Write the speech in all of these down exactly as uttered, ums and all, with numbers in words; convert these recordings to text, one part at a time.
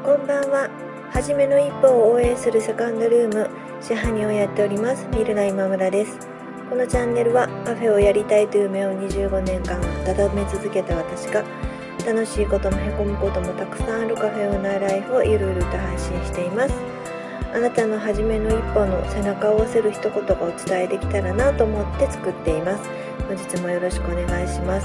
こんばんは。はじめの一歩を応援するセカンドルーム支配人をやっておりますミルナ今村です。このチャンネルはカフェをやりたいという夢をにじゅうごねんかん温め続けた私が楽しいこともへこむこともたくさんあるカフェオーナーライフをゆるゆると配信しています。あなたのはじめの一歩の背中を押せる一言がお伝えできたらなと思って作っています。本日もよろしくお願いします。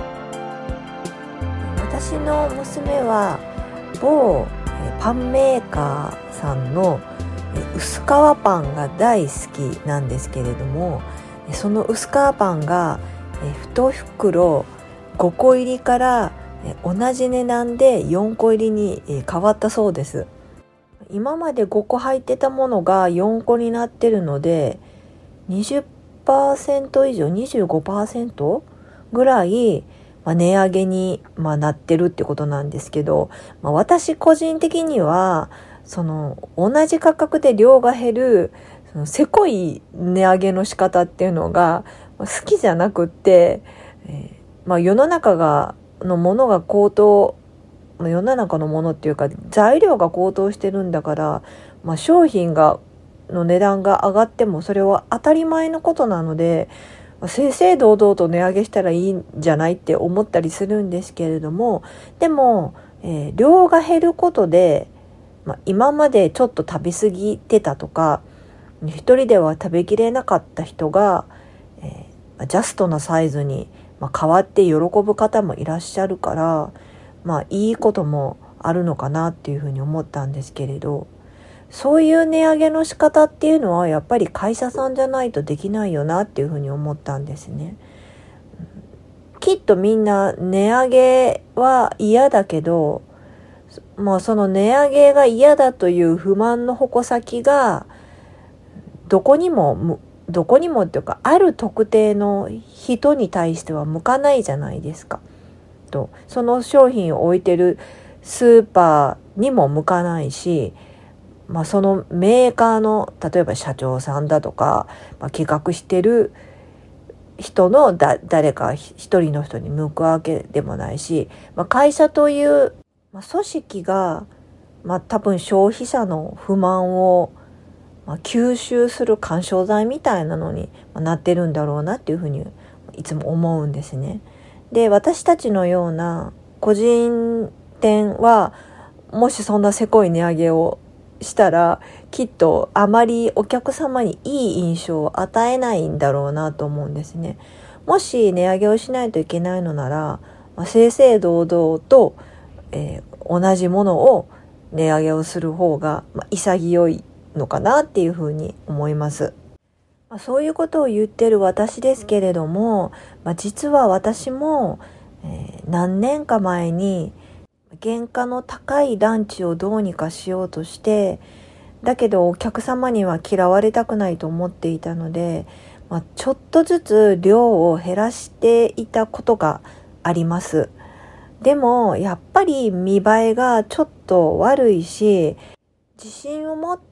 私の娘は某パンメーカーさんの薄皮パンが大好きなんですけれども、その薄皮パンが一袋ごこ入りから同じ値段でよんこ入りに変わったそうです。今までごこ入ってたものがよんこになってるので にじゅっパーセント 以上 にじゅうごパーセント ぐらいまあ、値上げに、まあ、なってるってことなんですけど、まあ、私個人的にはその同じ価格で量が減るそのせこい値上げの仕方っていうのが好きじゃなくって、えーまあ、世の中がのものが高騰、世の中のものっていうか材料が高騰してるんだから、まあ、商品がの値段が上がってもそれは当たり前のことなので、正々堂々と値上げしたらいいんじゃないって思ったりするんですけれども、でも、えー、量が減ることで、まあ、今までちょっと食べ過ぎてたとか一人では食べきれなかった人が、えー、ジャストなサイズに、まあ、変わって喜ぶ方もいらっしゃるから、まあ、いいこともあるのかなっていうふうに思ったんですけれど、そういう値上げの仕方っていうのはやっぱり会社さんじゃないとできないよなっていうふうに思ったんですね。きっとみんな値上げは嫌だけど、まあその値上げが嫌だという不満の矛先がどこにもどこにもっていうかある特定の人に対しては向かないじゃないですか。とその商品を置いてるスーパーにも向かないし、まあ、そのメーカーの例えば社長さんだとか、まあ、企画してる人のだ誰か一人の人に向くわけでもないし、まあ、会社という、まあ、組織が、まあ、多分消費者の不満を、まあ、吸収する緩衝材みたいなのになってるんだろうなっていうふうにいつも思うんですね。で、私たちのような個人店はもしそんなせこい値上げをしたらきっとあまりお客様にいい印象を与えないんだろうなと思うんですね。もし値上げをしないといけないのなら、まあ、正々堂々と、えー、同じものを値上げをする方が、まあ、潔いのかなっていうふうに思います。まあ、そういうことを言ってる私ですけれども、まあ、実は私も、えー、何年か前に原価の高いランチをどうにかしようとして、だけどお客様には嫌われたくないと思っていたので、まあ、ちょっとずつ量を減らしていたことがあります。でもやっぱり見栄えがちょっと悪いし、自信を持って、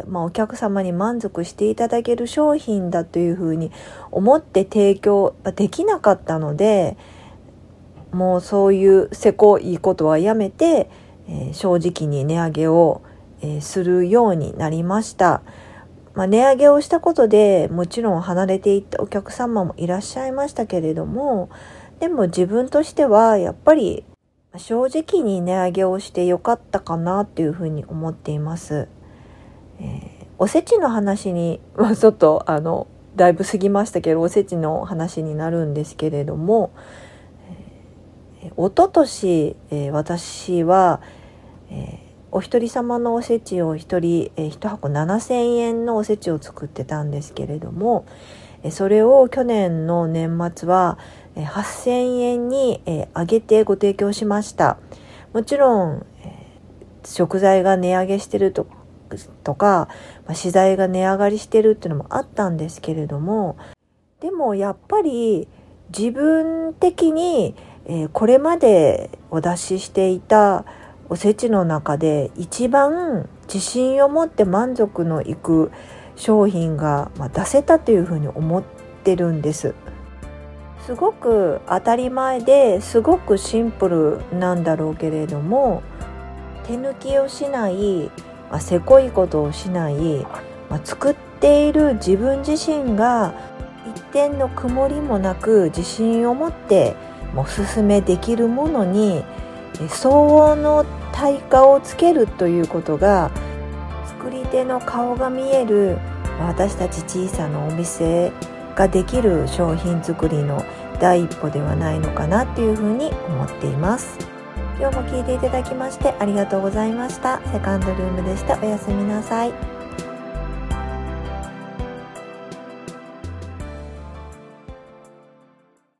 まあ、お客様に満足していただける商品だというふうに思って提供できなかったので、もうそういうせこいことはやめて、えー、正直に値上げを、えー、するようになりました。まあ、値上げをしたことでもちろん離れていったお客様もいらっしゃいましたけれども、でも自分としてはやっぱり正直に値上げをしてよかったかなっていうふうに思っています。えー、おせちの話に、まあ、ちょっとあのだいぶ過ぎましたけどおせちの話になるんですけれども、おととし、えー、私は、えー、お一人様のおせちを一人、えー、一箱ななせんえんのおせちを作ってたんですけれども、えー、それを去年の年末は、えー、はっせんえんに、えー、上げてご提供しました。もちろん、えー、食材が値上げしてると、とか、まあ、資材が値上がりしてるっていうのもあったんですけれども、でもやっぱり自分的にえー、これまでお出ししていたおせちの中で一番自信を持って満足のいく商品が、まあ、出せたというふうに思ってるんです。すごく当たり前ですごくシンプルなんだろうけれども、 手抜きをしない、まあ、せこいことをしない、まあ、作っている自分自身が一点の曇りもなく自信を持ってもう進めできるものに相応の対価をつけるということが、作り手の顔が見える私たち小さなお店ができる商品作りの第一歩ではないのかなというふうに思っています。今日も聞いていただきましてありがとうございました。セカンドルームでした。おやすみなさい。